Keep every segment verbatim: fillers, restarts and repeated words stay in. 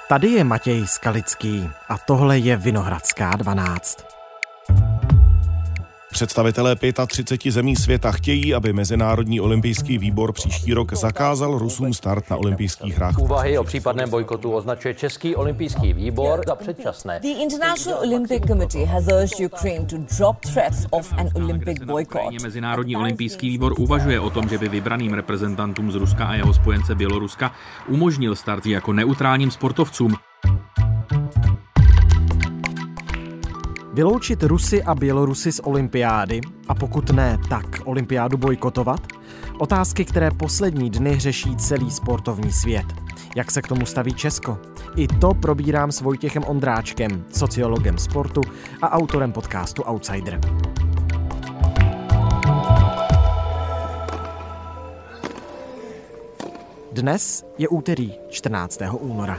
Tady je Matěj Skalický a tohle je Vinohradská dvanáct. Představitelé třiceti pěti zemí světa chtějí, aby Mezinárodní olympijský výbor příští rok zakázal Rusům start na olympijských hrách. Úvahy o případném bojkotu označuje Český olympijský výbor za předčasné. The International Olympic Committee has urged Ukraine to drop threats of an Olympic boycott. Mezinárodní olympijský výbor uvažuje o tom, že by vybraným reprezentantům z Ruska a jeho spojence Běloruska umožnil start jako neutrálním sportovcům. Vyloučit Rusy a Bělorusy z olympiády a pokud ne, tak olympiádu bojkotovat? Otázky, které poslední dny řeší celý sportovní svět. Jak se k tomu staví Česko? I to probírám s Vojtěchem Ondráčkem, sociologem sportu a autorem podcastu Outsider. Dnes je úterý čtrnáctého února.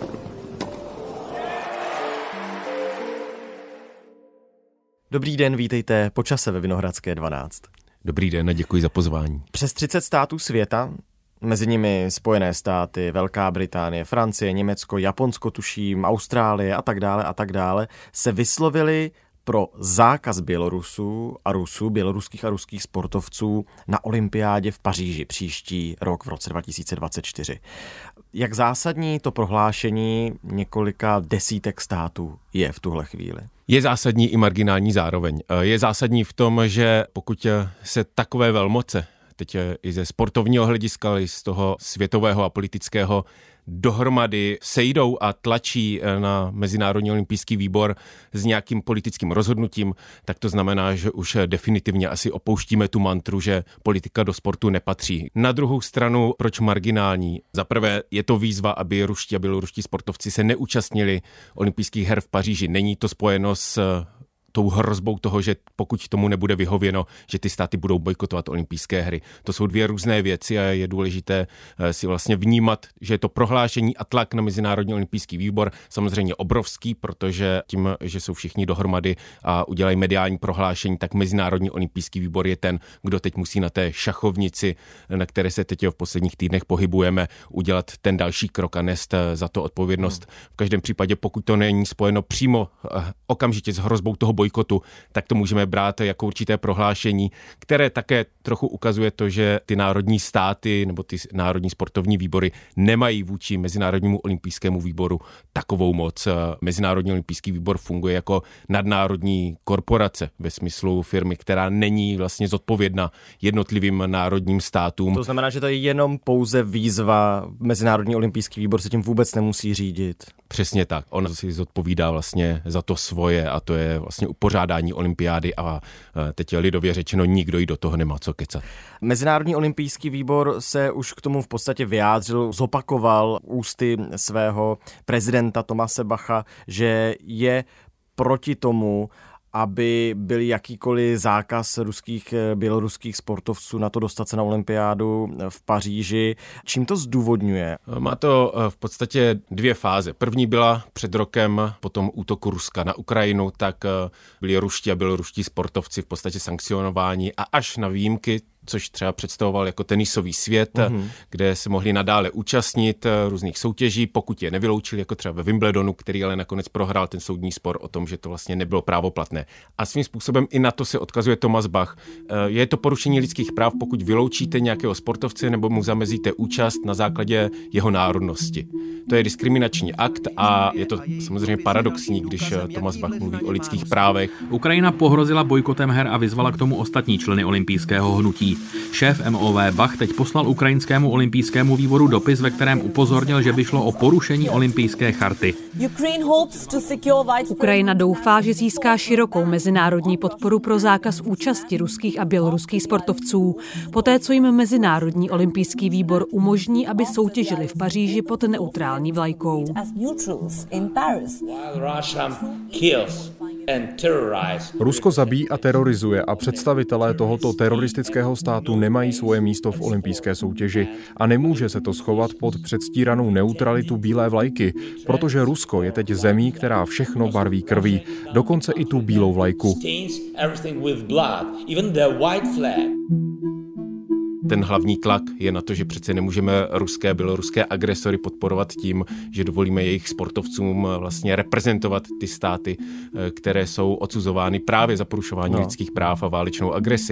Dobrý den, vítejte po čase ve Vinohradské dvanáct. Dobrý den a děkuji za pozvání. Přes třicet států světa, mezi nimi Spojené státy, Velká Británie, Francie, Německo, Japonsko, tuším, Austrálie a tak dále a tak dále, se vyslovili pro zákaz Bělorusů a Rusů, běloruských a ruských sportovců na olympiádě v Paříži příští rok v roce dva tisíce dvacet čtyři. Jak zásadní to prohlášení několika desítek států je v tuhle chvíli? Je zásadní i marginální zároveň. Je zásadní v tom, že pokud se takové velmoce, teď i ze sportovního hlediska, ale i z toho světového a politického, dohromady sejdou a tlačí na Mezinárodní olympijský výbor s nějakým politickým rozhodnutím, tak to znamená, že už definitivně asi opouštíme tu mantru, že politika do sportu nepatří. Na druhou stranu, proč marginální? Za prvé je to výzva, aby ruští a běloruští sportovci se neúčastnili olympijských her v Paříži. Není to spojeno s tou hrozbou toho, že pokud tomu nebude vyhověno, že ty státy budou bojkotovat olympijské hry. To jsou dvě různé věci a je důležité si vlastně vnímat, že je to prohlášení a tlak na Mezinárodní olympijský výbor samozřejmě obrovský, protože tím, že jsou všichni dohromady a udělají mediální prohlášení, tak Mezinárodní olympijský výbor je ten, kdo teď musí na té šachovnici, na které se teď v posledních týdnech pohybujeme, udělat ten další krok a nést za to odpovědnost. Hmm. V každém případě, pokud to není spojeno přímo okamžitě s hrozbou toho bojkotu, tak to můžeme brát jako určité prohlášení, které také trochu ukazuje to, že ty národní státy nebo ty národní sportovní výbory nemají vůči Mezinárodnímu olympijskému výboru takovou moc. Mezinárodní olympijský výbor funguje jako nadnárodní korporace ve smyslu firmy, která není vlastně zodpovědná jednotlivým národním státům. To znamená, že to je jenom pouze výzva, Mezinárodní olympijský výbor se tím vůbec nemusí řídit. Přesně tak. On si zodpovídá vlastně za to svoje a to je vlastně upořádání olympiády a teď je lidově řečeno, nikdo jí do toho nemá co kecat. Mezinárodní olympijský výbor se už k tomu v podstatě vyjádřil, zopakoval ústy svého prezidenta Tomase Bacha, že je proti tomu, aby byl jakýkoliv zákaz ruských, běloruských sportovců na to dostat se na olympiádu v Paříži. Čím to zdůvodňuje? Má to v podstatě dvě fáze. První byla před rokem po tom útoku Ruska na Ukrajinu, tak byli ruští a běloruští sportovci v podstatě sankcionováni a až na výjimky, což třeba představoval jako tenisový svět, mm-hmm. kde se mohli nadále účastnit různých soutěží, pokud je nevyloučili, jako třeba ve Wimbledonu, který ale nakonec prohrál ten soudní spor o tom, že to vlastně nebylo právoplatné. A svým způsobem i na to se odkazuje Tomas Bach. Je to porušení lidských práv, pokud vyloučíte nějakého sportovce nebo mu zamezíte účast na základě jeho národnosti. To je diskriminační akt a je to samozřejmě paradoxní, když Tomas Bach mluví o lidských právech. Ukrajina pohrozila bojkotem her a vyzvala k tomu ostatní členy olympijského hnutí. Šéf M O V Bach teď poslal ukrajinskému olympijskému výboru dopis, ve kterém upozornil, že by šlo o porušení olympijské charty. Ukrajina doufá, že získá širokou mezinárodní podporu pro zákaz účasti ruských a běloruských sportovců, poté co jim Mezinárodní olympijský výbor umožní, aby soutěžili v Paříži pod neutrální vlajkou. Rusko zabíjí a terorizuje a představitelé tohoto teroristického státu nemají svoje místo v olympijské soutěži a nemůže se to schovat pod předstíranou neutralitu bílé vlajky, protože Rusko je teď zemí, která všechno barví krví, dokonce i tu bílou vlajku. ten hlavní tlak je na to, že přece nemůžeme ruské, běloruské agresory podporovat tím, že dovolíme jejich sportovcům vlastně reprezentovat ty státy, které jsou odsuzovány právě za porušování no. lidských práv a válečnou agresi.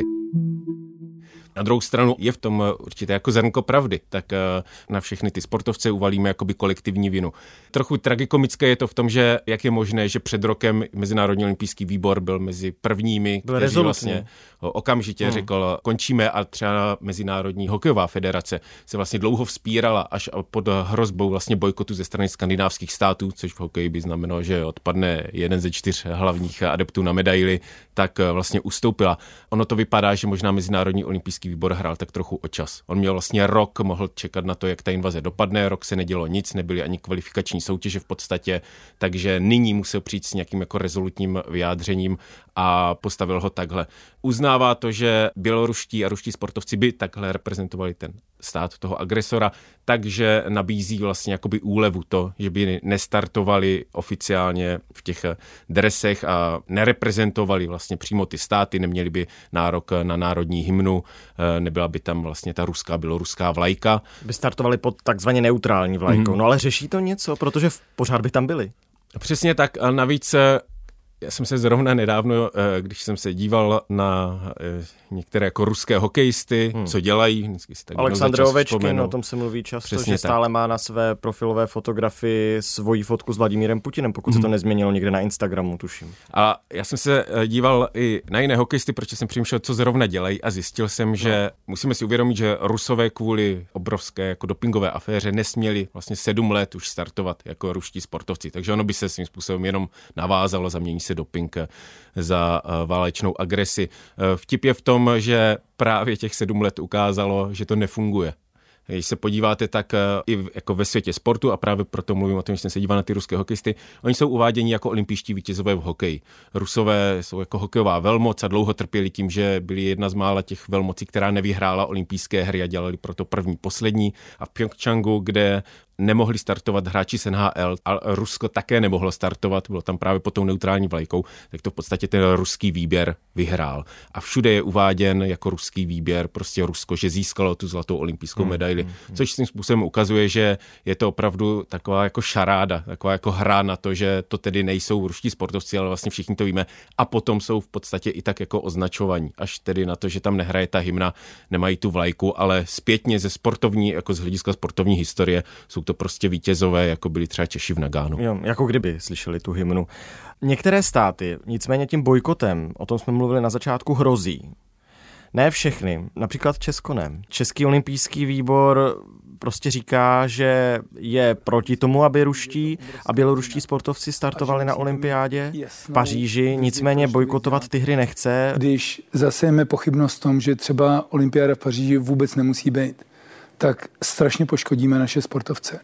Na druhou stranu je v tom určitě jako zrnko pravdy, tak na všechny ty sportovce uvalíme jakoby kolektivní vinu. Trochu tragikomické je to v tom, že jak je možné, že před rokem Mezinárodní olympijský výbor byl mezi prvními, byl kteří rezolutní. vlastně okamžitě hmm. řekl, končíme, a třeba Mezinárodní hokejová federace se vlastně dlouho vzpírala až pod hrozbou vlastně bojkotu ze strany skandinávských států, což v hokeji by znamenalo, že odpadne jeden ze čtyř hlavních adeptů na medaili, tak vlastně ustoupila. Ono to vypadá, že možná Mezinárodní olympijský výbor hrál tak trochu o čas. On měl vlastně rok, mohl čekat na to, jak ta invaze dopadne, rok se nedělo nic, nebyly ani kvalifikační soutěže v podstatě, takže nyní musel přijít s nějakým jako rezolutním vyjádřením a postavil ho takhle. Uznává to, že běloruští a ruští sportovci by takhle reprezentovali ten stát toho agresora, takže nabízí vlastně jakoby úlevu to, že by nestartovali oficiálně v těch dresech a nereprezentovali vlastně přímo ty státy, neměli by nárok na národní hymnu, nebyla by tam vlastně ta ruská, běloruská vlajka. By startovali pod takzvaně neutrální vlajkou. Mm. No ale řeší to něco, protože pořád by tam byli. Přesně tak. A navíc já jsem se zrovna nedávno, když jsem se díval na některé jako ruské hokejisty, hmm. co dělají. Aleksandr Ovečkin, o tom se mluví často, přesně že stále tak. Má na své profilové fotografii svoji fotku s Vladimírem Putinem, pokud hmm. se to nezměnilo někde na Instagramu, tuším. A já jsem se díval i na jiné hokejisty, protože jsem přemýšlel, co zrovna dělají, a zjistil jsem, no. že musíme si uvědomit, že Rusové kvůli obrovské jako dopingové aféře nesměli vlastně sedm let už startovat jako ruští sportovci, takže ono by se svým způsobem jenom navázalo, zamění se doping za válečnou agresi. Vtip je v tom, že právě těch sedm let ukázalo, že to nefunguje. Když se podíváte, tak i jako ve světě sportu, a právě proto mluvím o tom, že jsem se díval na ty ruské hokejisty, oni jsou uváděni jako olympijští vítězové v hokeji. Rusové jsou jako hokejová velmoc a dlouho trpěli tím, že byli jedna z mála těch velmocí, která nevyhrála olympijské hry, a dělali proto první, poslední. A v Pyeongchangu, kde nemohli startovat hráči z N H L a Rusko také nemohlo startovat, bylo tam právě pod tou neutrální vlajkou, tak to v podstatě ten ruský výběr vyhrál. A všude je uváděn jako ruský výběr, prostě Rusko, že získalo tu zlatou olympijskou hmm, medaili, hmm, hmm. což tím způsobem ukazuje, že je to opravdu taková jako šaráda, taková jako hra na to, že to tedy nejsou ruští sportovci, ale vlastně všichni to víme, a potom jsou v podstatě i tak jako označovaní, až tedy na to, že tam nehraje ta hymna, nemají tu vlajku, ale zpětně ze sportovní, jako z hlediska sportovní historie, jsou to prostě vítězové, jako byli třeba Češi v Nagánu. Jo, jako kdyby slyšeli tu hymnu. Některé státy nicméně tím bojkotem, o tom jsme mluvili na začátku, hrozí. Ne všechny, například Česko ne. Český olympijský výbor prostě říká, že je proti tomu, aby ruští a běloruští sportovci startovali na olympiádě v Paříži, nicméně bojkotovat ty hry nechce. Když zasejeme pochybnost v tom, že třeba olympiáda v Paříži vůbec nemusí být, tak strašně poškodíme naše sportovce.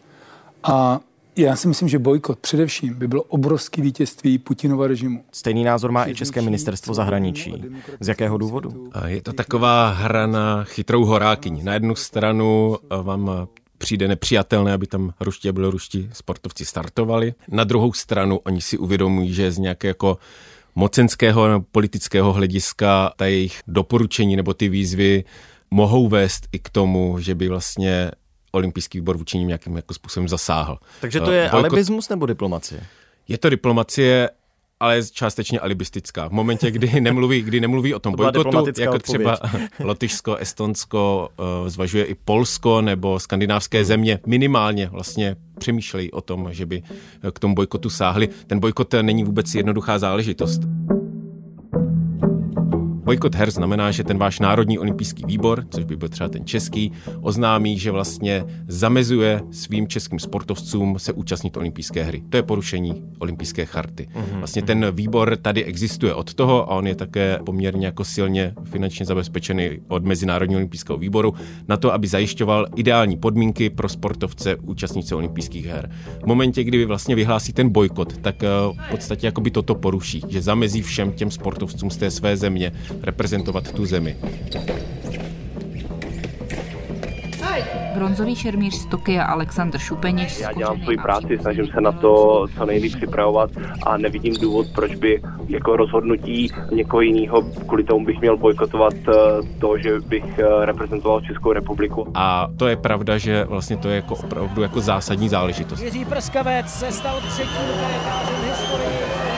A já si myslím, že bojkot především by bylo obrovské vítězství Putinova režimu. Stejný názor má i České ministerstvo zahraničí. Z jakého důvodu? Je to taková hra na chytrou horákyň. Na jednu stranu vám přijde nepřijatelné, aby tam ruští a běloruští sportovci startovali. Na druhou stranu oni si uvědomují, že z nějaké jako mocenského nebo politického hlediska ta jejich doporučení nebo ty výzvy mohou vést i k tomu, že by vlastně olympijský výbor vůči nim nějakým jako způsobem zasáhl. Takže to je Bojkot... alibismus nebo diplomacie? Je to diplomacie, ale je částečně alibistická. V momentě, kdy nemluví, kdy nemluví o tom bojkotu, jako třeba Lotyšsko, Estonsko, zvažuje i Polsko nebo skandinávské země, minimálně vlastně přemýšlejí o tom, že by k tomu bojkotu sáhli. Ten bojkot není vůbec jednoduchá záležitost. Bojkot her znamená, že ten váš národní olympijský výbor, což by byl třeba ten český, oznámí, že vlastně zamezuje svým českým sportovcům se účastnit olympijské hry. To je porušení olympijské charty. Vlastně ten výbor tady existuje od toho a on je také poměrně jako silně finančně zabezpečený od Mezinárodního olympijského výboru na to, aby zajišťoval ideální podmínky pro sportovce účastníci olympijských her. V momentě, kdy vlastně vyhlásí ten bojkot, tak v podstatě jakoby toto poruší, že zamezí všem těm sportovcům z té své země reprezentovat tu zemi. Bronzový šermíř z Tokia Alexander Šupenič. Já dělám svoji práci, snažím se na to co nejvíc připravovat a nevidím důvod, proč by jako rozhodnutí někoho jiného, kvůli tomu bych měl bojkotovat to, že bych reprezentoval Českou republiku. A to je pravda, že vlastně to je jako opravdu jako zásadní záležitost. Jiří Prskavec se stal třetím kajakářem v historii.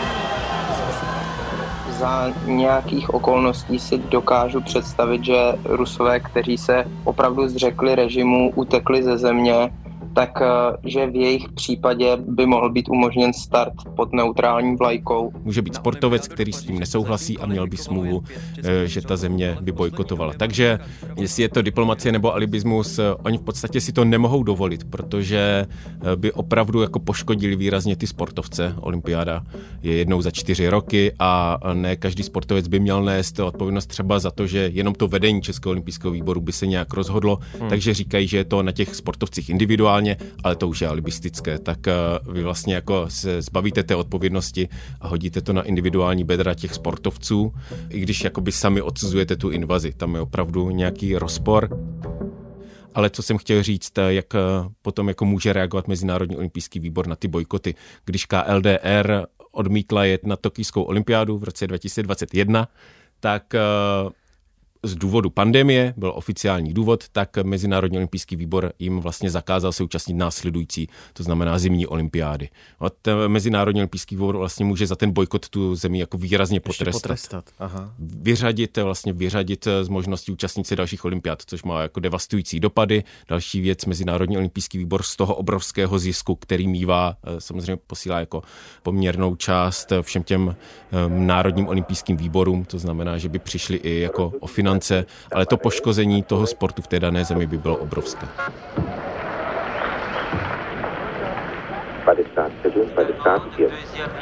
Za nějakých okolností si dokážu představit, že Rusové, kteří se opravdu zřekli režimu, utekli ze země, tak že v jejich případě by mohl být umožněn start pod neutrální vlajkou. Může být sportovec, který s tím nesouhlasí a měl by smůlu, že ta země by bojkotovala. Takže jestli je to diplomacie nebo alibismus, oni v podstatě si to nemohou dovolit, protože by opravdu jako poškodili výrazně ty sportovce. Olympiáda je jednou za čtyři roky a ne každý sportovec by měl nést odpovědnost třeba za to, že jenom to vedení Českého olympijského výboru by se nějak rozhodlo, hmm. takže říkají, že je to na těch sportovcích individuálně, ale to už je alibistické, tak vy vlastně jako se zbavíte té odpovědnosti a hodíte to na individuální bedra těch sportovců, i když jakoby sami odsuzujete tu invazi. Tam je opravdu nějaký rozpor. Ale co jsem chtěl říct, jak potom jako může reagovat Mezinárodní olympijský výbor na ty bojkoty. Když K L D R odmítla jet na Tokijskou olympiádu v roce dva tisíce dvacet jedna, tak z důvodu pandemie, byl oficiální důvod, tak Mezinárodní olympijský výbor jim vlastně zakázal se účastnit následující, to znamená zimní olympiády. A ten Mezinárodní olympijský výbor vlastně může za ten bojkot tu zemi jako výrazně potrestat. potrestat. Aha. Vyřadit, vlastně vyřadit z možnosti účastnit se dalších olympiád, což má jako devastující dopady. Další věc, Mezinárodní olympijský výbor z toho obrovského zisku, který mívá, samozřejmě posílá jako poměrnou část všem těm národním olympijským výborům, to znamená, že by přišli i jako o finance, ale to poškození toho sportu v té dané zemi by bylo obrovské. padesát sedm padesát pět.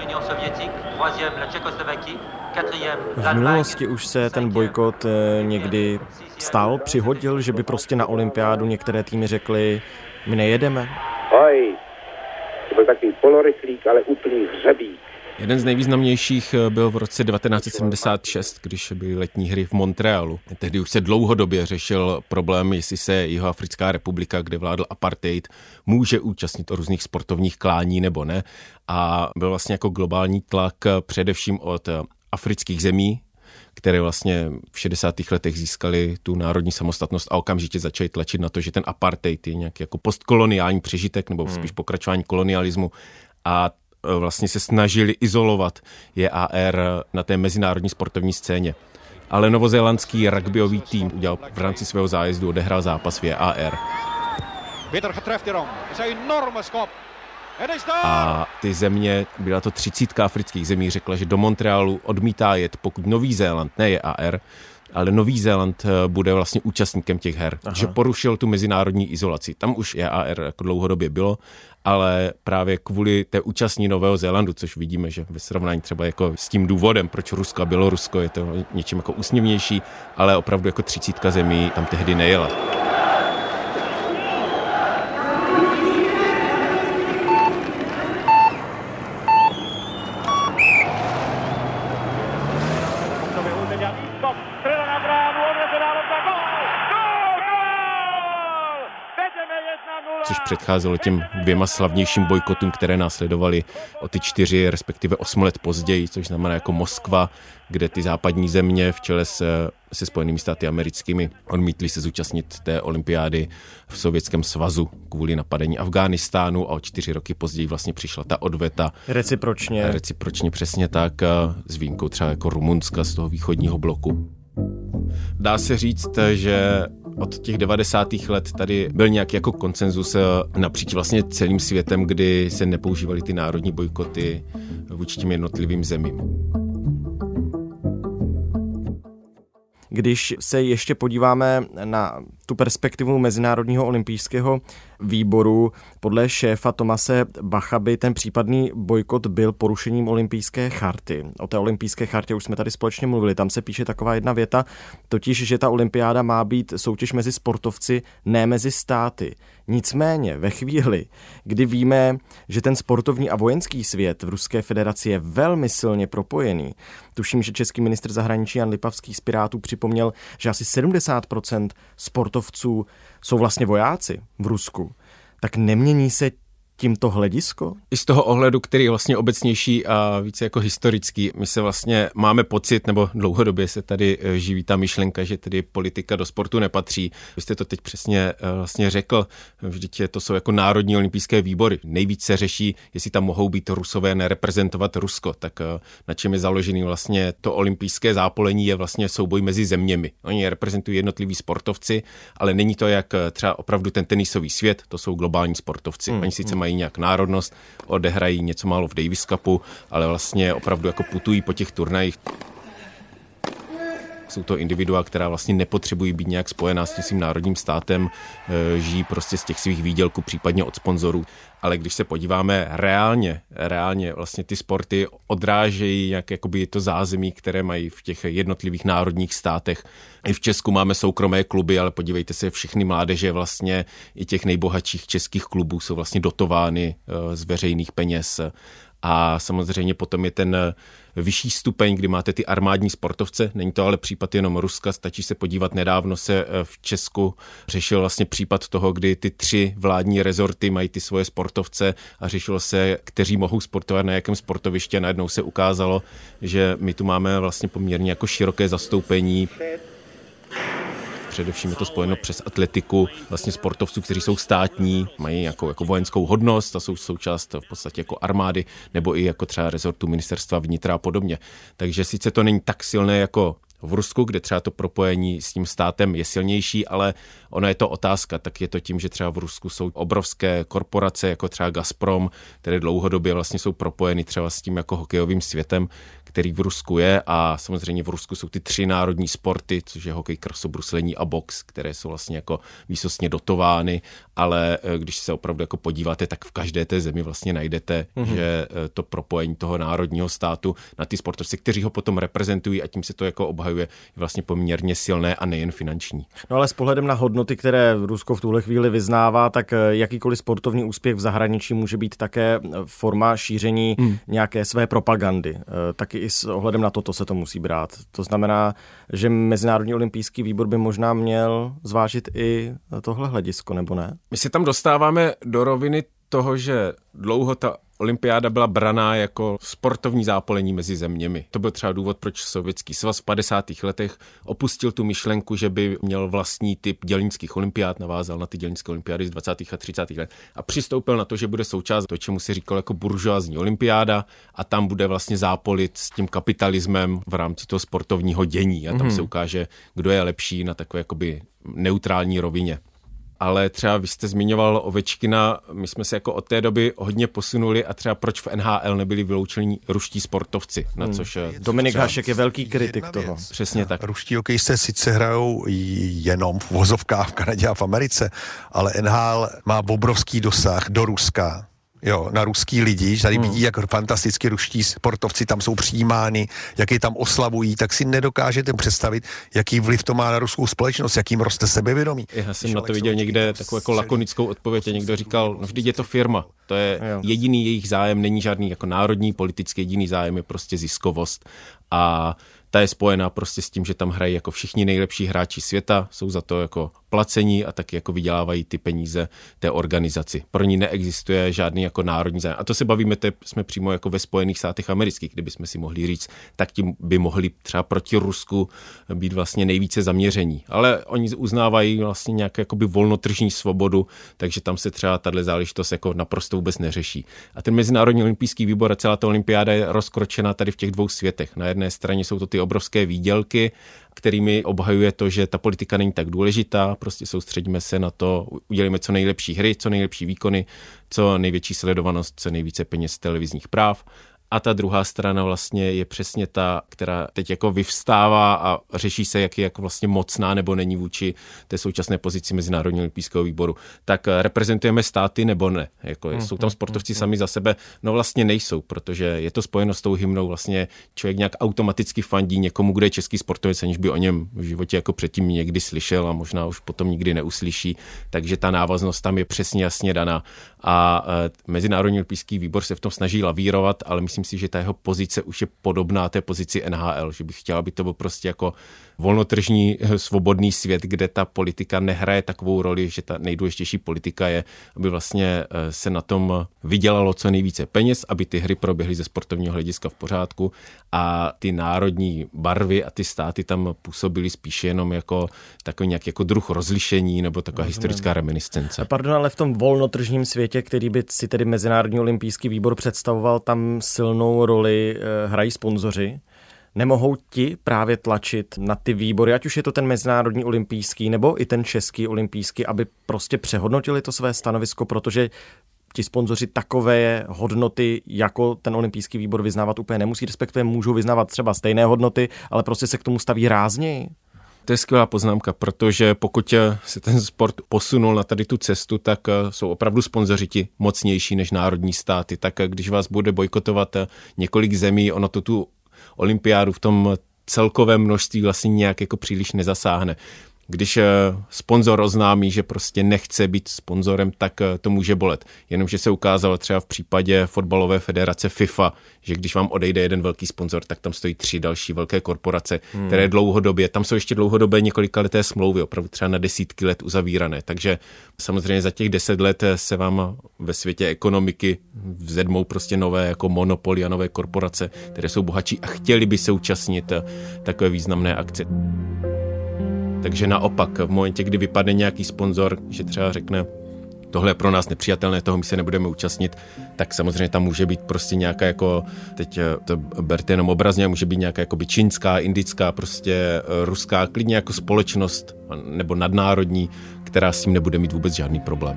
V minulosti už se ten bojkot někdy stal, přihodil, že by prostě na olympiádu některé týmy řekly, my nejedeme. Oj, to byl takový polorychlík, ale úplný hřebík. Jeden z nejvýznamnějších byl v roce devatenáct set sedmdesát šest, když byly letní hry v Montrealu. Tehdy už se dlouhodobě řešil problém, jestli se Jihoafrická republika, kde vládl apartheid, může účastnit různých sportovních klání nebo ne. A byl vlastně jako globální tlak především od afrických zemí, které vlastně v šedesátých letech získali tu národní samostatnost a okamžitě začali tlačit na to, že ten apartheid je nějaký jako postkoloniální přežitek nebo spíš pokračování kolonialismu a vlastně se snažili izolovat J A R na té mezinárodní sportovní scéně. Ale novozélandský rugbyový tým udělal v rámci svého zájezdu, odehrál zápas v J A R. A ty země, byla to třicítka afrických zemí, řekla, že do Montrealu odmítá jet, pokud Nový Zéland, ne J A R, ale Nový Zéland bude vlastně účastníkem těch her, Aha. že porušil tu mezinárodní izolaci. Tam už J A R jako dlouhodobě bylo, ale právě kvůli té účastní Nového Zélandu, což vidíme, že ve srovnání třeba jako s tím důvodem, proč Rusko a Bělorusko je to něčím jako úsměvnější, ale opravdu jako třicítka zemí tam tehdy nejela. Což předcházelo těm dvěma slavnějším bojkotům, které následovaly o ty čtyři, respektive osm let později, což znamená jako Moskva, kde ty západní země v čele se, se Spojenými státy americkými odmítli se zúčastnit té olympiády v Sovětském svazu kvůli napadení Afghánistánu a o čtyři roky později vlastně přišla ta odveta. Recipročně. Recipročně přesně tak, s výjimkou třeba jako Rumunska z toho východního bloku. Dá se říct, že od těch devadesátých let tady byl nějaký jako konsenzus napříč vlastně celým světem, kdy se nepoužívaly ty národní bojkoty vůči těm jednotlivým zemím. Když se ještě podíváme na tu perspektivu Mezinárodního olympijského výboru, podle šéfa Tomase Bacha by ten případný bojkot byl porušením olympijské charty. O té olympijské chartě už jsme tady společně mluvili. Tam se píše taková jedna věta, totiž, že ta olympiáda má být soutěž mezi sportovci, ne mezi státy. Nicméně ve chvíli, kdy víme, že ten sportovní a vojenský svět v Ruské federaci je velmi silně propojený, tuším, že český ministr zahraničí Jan Lipavský z Pirátů připomněl, že asi sedmdesát procent sportovců jsou vlastně vojáci v Rusku, tak nemění se tímto hledisko? I z toho ohledu, který je vlastně obecnější a více jako historický, my se vlastně máme pocit, nebo dlouhodobě se tady živí ta myšlenka, že tedy politika do sportu nepatří. Vy jste to teď přesně vlastně řekl, vždyť to jsou jako národní olympijské výbory. Nejvíc se řeší, jestli tam mohou být Rusové nereprezentovat Rusko, tak na čem je založený vlastně to olympijské zápolení je vlastně souboj mezi zeměmi. Oni reprezentují jednotliví sportovci, ale není to jak třeba opravdu ten tenisový svět, to jsou globální sportovci. Hmm. Oni sice mají nějak národnost, odehrají něco málo v Davis Cupu, ale vlastně opravdu jako putují po těch turnajích. Jsou to individua, která vlastně nepotřebují být nějak spojená s tím svým národním státem, žijí prostě z těch svých výdělků, případně od sponzorů. Ale když se podíváme reálně, reálně vlastně ty sporty odrážejí nějak jakoby to zázemí, které mají v těch jednotlivých národních státech. I v Česku máme soukromé kluby, ale podívejte se, všechny mládeže vlastně i těch nejbohatších českých klubů jsou vlastně dotovány z veřejných peněz. A samozřejmě potom je ten vyšší stupeň, kdy máte ty armádní sportovce. Není to ale případ jenom Ruska, stačí se podívat. Nedávno se v Česku řešil vlastně případ toho, kdy ty tři vládní rezorty mají ty svoje sportovce a řešilo se, kteří mohou sportovat na jakém sportovišti. A najednou se ukázalo, že my tu máme vlastně poměrně jako široké zastoupení. Především je to spojeno přes atletiku vlastně sportovců, kteří jsou státní, mají jako, jako vojenskou hodnost a jsou součást v podstatě jako armády nebo i jako třeba rezortu ministerstva vnitra a podobně. Takže sice to není tak silné jako v Rusku, kde třeba to propojení s tím státem je silnější, ale ono je to otázka, tak je to tím, že třeba v Rusku jsou obrovské korporace, jako třeba Gazprom, které dlouhodobě vlastně jsou propojeny třeba s tím jako hokejovým světem, který v Rusku je, a samozřejmě v Rusku jsou ty tři národní sporty, což je hokej, krasobruslení a box, které jsou vlastně jako výsostně dotovány, ale když se opravdu jako podíváte, tak v každé té zemi vlastně najdete, mm-hmm. že to propojení toho národního státu na ty sportovce, kteří ho potom reprezentují a tím se to jako obhajuje, je vlastně poměrně silné a nejen finanční. No ale s pohledem na hodnoty, které Rusko v tuhle chvíli vyznává, tak jakýkoliv sportovní úspěch v zahraničí může být také forma šíření hmm. nějaké své propagandy. Taky i s ohledem na toto se to musí brát. To znamená, že Mezinárodní olympijský výbor by možná měl zvážit i tohle hledisko, nebo ne? My se tam dostáváme do roviny toho, že dlouho ta olympiáda byla braná jako sportovní zápolení mezi zeměmi. To byl třeba důvod, proč Sovětský svaz v padesátých letech opustil tu myšlenku, že by měl vlastní typ dělnických olympiád, navázal na ty dělnické olympiády z dvacátých a třicátých let a přistoupil na to, že bude součást toho, čemu se říkalo jako buržoazní olympiáda, a tam bude vlastně zápolit s tím kapitalismem v rámci toho sportovního dění a tam mm. se ukáže, kdo je lepší na takové jakoby neutrální rovině. Ale třeba vy jste zmiňoval Ovečkina, my jsme se jako od té doby hodně posunuli a třeba proč v N H L nebyli vyloučeni ruští sportovci, na což... Hmm. Dominik Hašek je velký kritik toho. Věc. Přesně tak. Ruští hokejisté sice hrajou jenom v vozovkách v Kanadě a v Americe, ale N H L má obrovský dosah do Ruska. Jo, na ruský lidi, že tady hmm. vidí, jak fantasticky ruští sportovci tam jsou přijímáni, jak je tam oslavují, tak si nedokážete představit, jaký vliv to má na ruskou společnost, jakým roste sebevědomí. Já jsem na to viděl někde takovou jako lakonickou odpověď a někdo říkal, no vždyť je to firma, to je jo. jediný jejich zájem, není žádný jako národní, politický, jediný zájem je prostě ziskovost a ta je spojená prostě s tím, že tam hrají jako všichni nejlepší hráči světa, jsou za to jako placení a taky jako vydělávají ty peníze té organizaci. Pro ní neexistuje žádný jako národní zájem. A to se bavíme, te, jsme přímo jako ve Spojených státech amerických, kdybychom si mohli říct, tak tím by mohli třeba proti Rusku být vlastně nejvíce zaměření. Ale oni uznávají vlastně nějakou jakoby volnotržní svobodu, takže tam se třeba tahle záležitost jako naprosto vůbec neřeší. A ten Mezinárodní olympijský výbor a celá ta olympiáda je rozkročena tady v těch dvou světech. Na jedné straně jsou to ty obrovské výdělky, kterými obhajuje to, že ta politika není tak důležitá, prostě soustředíme se na to, udělíme co nejlepší hry, co nejlepší výkony, co největší sledovanost, co nejvíce peněz z televizních práv. a ta druhá strana vlastně je přesně ta, která teď jako vyvstává a řeší se, jak je jako vlastně mocná nebo není vůči té současné pozici Mezinárodního olympijského výboru. Tak reprezentujeme státy nebo ne? Jako hmm, jsou tam sportovci hmm, sami za sebe? No vlastně nejsou, protože je to spojeno s tou hymnou, vlastně člověk nějak automaticky fandí někomu, kdo je český sportovec, aniž by o něm v životě jako předtím někdy slyšel a možná už potom nikdy neuslyší, takže ta návaznost tam je přesně jasně daná. A Mezinárodní olympijský výbor se v tom snaží lavírovat, ale myslím si, že ta jeho pozice už je podobná té pozici N H L, že bych chtěla, aby to byl prostě jako volnotržní svobodný svět, kde ta politika nehraje takovou roli, že ta nejdůležitější politika je, aby vlastně se na tom vydělalo co nejvíce peněz, aby ty hry proběhly ze sportovního hlediska v pořádku a ty národní barvy a ty státy tam působily spíše jenom jako takový nějaký jako druh rozlišení nebo taková Rozumím. historická reminiscence. Pardon, ale v tom volnotržním světě, který by si tedy Mezinárodní olympijský výbor představoval, tam silnou roli hrají sponzoři. Nemohou ti právě tlačit na ty výbory, ať už je to ten Mezinárodní olympijský nebo i ten Český olympijský, aby prostě přehodnotili to své stanovisko, protože ti sponzoři takové hodnoty jako ten olympijský výbor vyznávat úplně nemusí, respektive můžou vyznávat třeba stejné hodnoty, ale prostě se k tomu staví rázněji. To je skvělá poznámka, protože pokud se ten sport posunul na tady tu cestu, tak jsou opravdu sponzoři ti mocnější než národní státy. Tak když vás bude bojkotovat několik zemí, ono to tu olympiádu v tom celkovém množství vlastně nějak jako příliš nezasáhne. Když sponzor oznámí, že prostě nechce být sponzorem, tak to může bolet. Jenomže se ukázalo třeba v případě fotbalové federace FIFA, že když vám odejde jeden velký sponzor, tak tam stojí tři další velké korporace, hmm. které dlouhodobě, tam jsou ještě dlouhodobé několikaleté smlouvy, opravdu třeba na desítky let uzavírané. Takže samozřejmě za těch deset let se vám ve světě ekonomiky vzedmou prostě nové jako monopoly a nové korporace, které jsou bohatší a chtěli by se účastnit takové významné akce. Takže naopak, v momentě, kdy vypadne nějaký sponzor, že třeba řekne, tohle je pro nás nepřijatelné, toho my se nebudeme účastnit, tak samozřejmě tam může být prostě nějaká jako, teď to berte jenom obrazně, může být nějaká jakoby čínská, indická, prostě ruská, klidně jako společnost nebo nadnárodní, která s tím nebude mít vůbec žádný problém.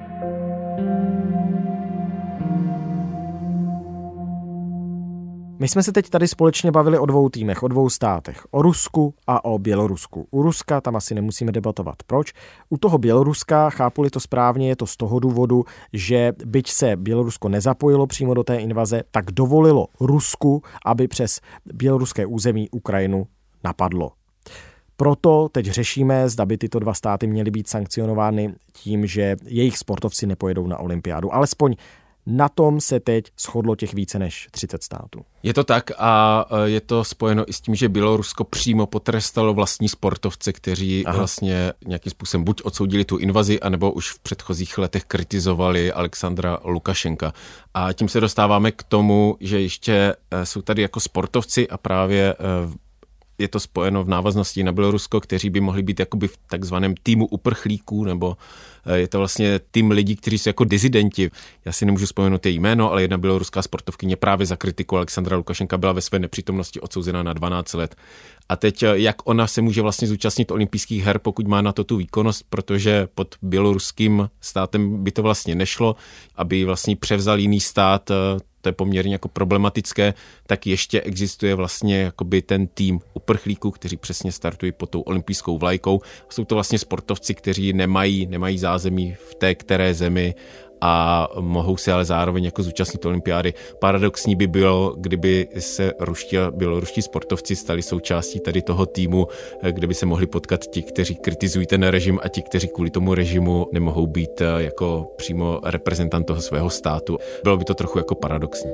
My jsme se teď tady společně bavili o dvou týmech, o dvou státech, o Rusku a o Bělorusku. U Ruska tam asi nemusíme debatovat. Proč? U toho Běloruska, chápu-li to správně, je to z toho důvodu, že byť se Bělorusko nezapojilo přímo do té invaze, tak dovolilo Rusku, aby přes běloruské území Ukrajinu napadlo. Proto teď řešíme, zda by tyto dva státy měly být sankcionovány tím, že jejich sportovci nepojedou na olympiádu. Alespoň na tom se teď shodlo těch více než třicet států. Je to tak a je to spojeno i s tím, že Bělorusko přímo potrestalo vlastní sportovce, kteří Aha. vlastně nějakým způsobem buď odsoudili tu invazi, anebo už v předchozích letech kritizovali Alexandra Lukašenka. A tím se dostáváme k tomu, že ještě jsou tady jako sportovci a právě je to spojeno v návaznosti na Bělorusko, kteří by mohli být jakoby v takzvaném týmu uprchlíků, nebo je to vlastně tým lidí, kteří jsou jako dizidenti. Já si nemůžu vzpomenout její jméno, ale jedna běloruská sportovkyně právě za kritiku Alexandra Lukašenka byla ve své nepřítomnosti odsouzena na dvanáct let. A teď, jak ona se může vlastně zúčastnit olympijských her, pokud má na to tu výkonnost, protože pod běloruským státem by to vlastně nešlo, aby vlastně převzal jiný stát, to je poměrně jako problematické, tak ještě existuje vlastně jakoby ten tým uprchlíků, kteří přesně startují pod tou olympijskou vlajkou. Jsou to vlastně sportovci, kteří nemají, nemají zázemí v té které zemi a mohou se ale zároveň jako zúčastnit olympiády. Paradoxní by bylo, kdyby se ruští a běloruští sportovci stali součástí tady toho týmu, kde by se mohli potkat ti, kteří kritizují ten režim a ti, kteří kvůli tomu režimu nemohou být jako přímo reprezentant toho svého státu. Bylo by to trochu jako paradoxní.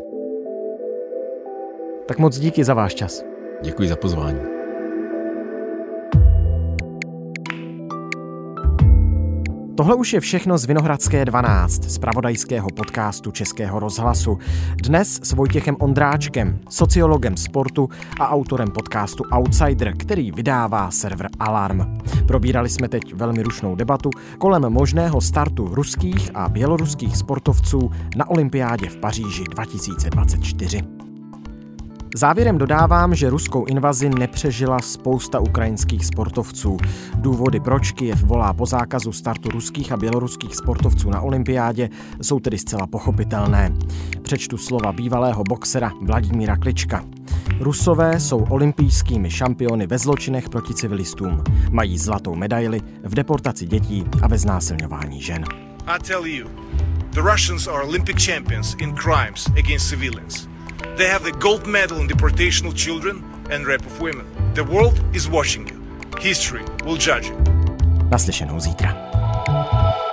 Tak moc díky za váš čas. Děkuji za pozvání. Tohle už je všechno z Vinohradské dvanáct, z zpravodajského podcastu Českého rozhlasu. Dnes s Vojtěchem Ondráčkem, sociologem sportu a autorem podcastu Outsider, který vydává server Alarm. Probírali jsme teď velmi rušnou debatu kolem možného startu ruských a běloruských sportovců na olympiádě v Paříži dva tisíce dvacet čtyři. Závěrem dodávám, že ruskou invazi nepřežila spousta ukrajinských sportovců. Důvody, proč Kyjev volá po zákazu startu ruských a běloruských sportovců na olympiádě, jsou tedy zcela pochopitelné. Přečtu slova bývalého boxera Vladimíra Klička. Rusové jsou olympijskými šampiony ve zločinech proti civilistům. Mají zlatou medaili v deportaci dětí a ve znásilňování žen. I tell you, the Russians are Olympic champions in crimes against civilians. They have the gold medal in deportation of children and rape of women. The world is watching you. History will judge you. Naslyšenou zítra.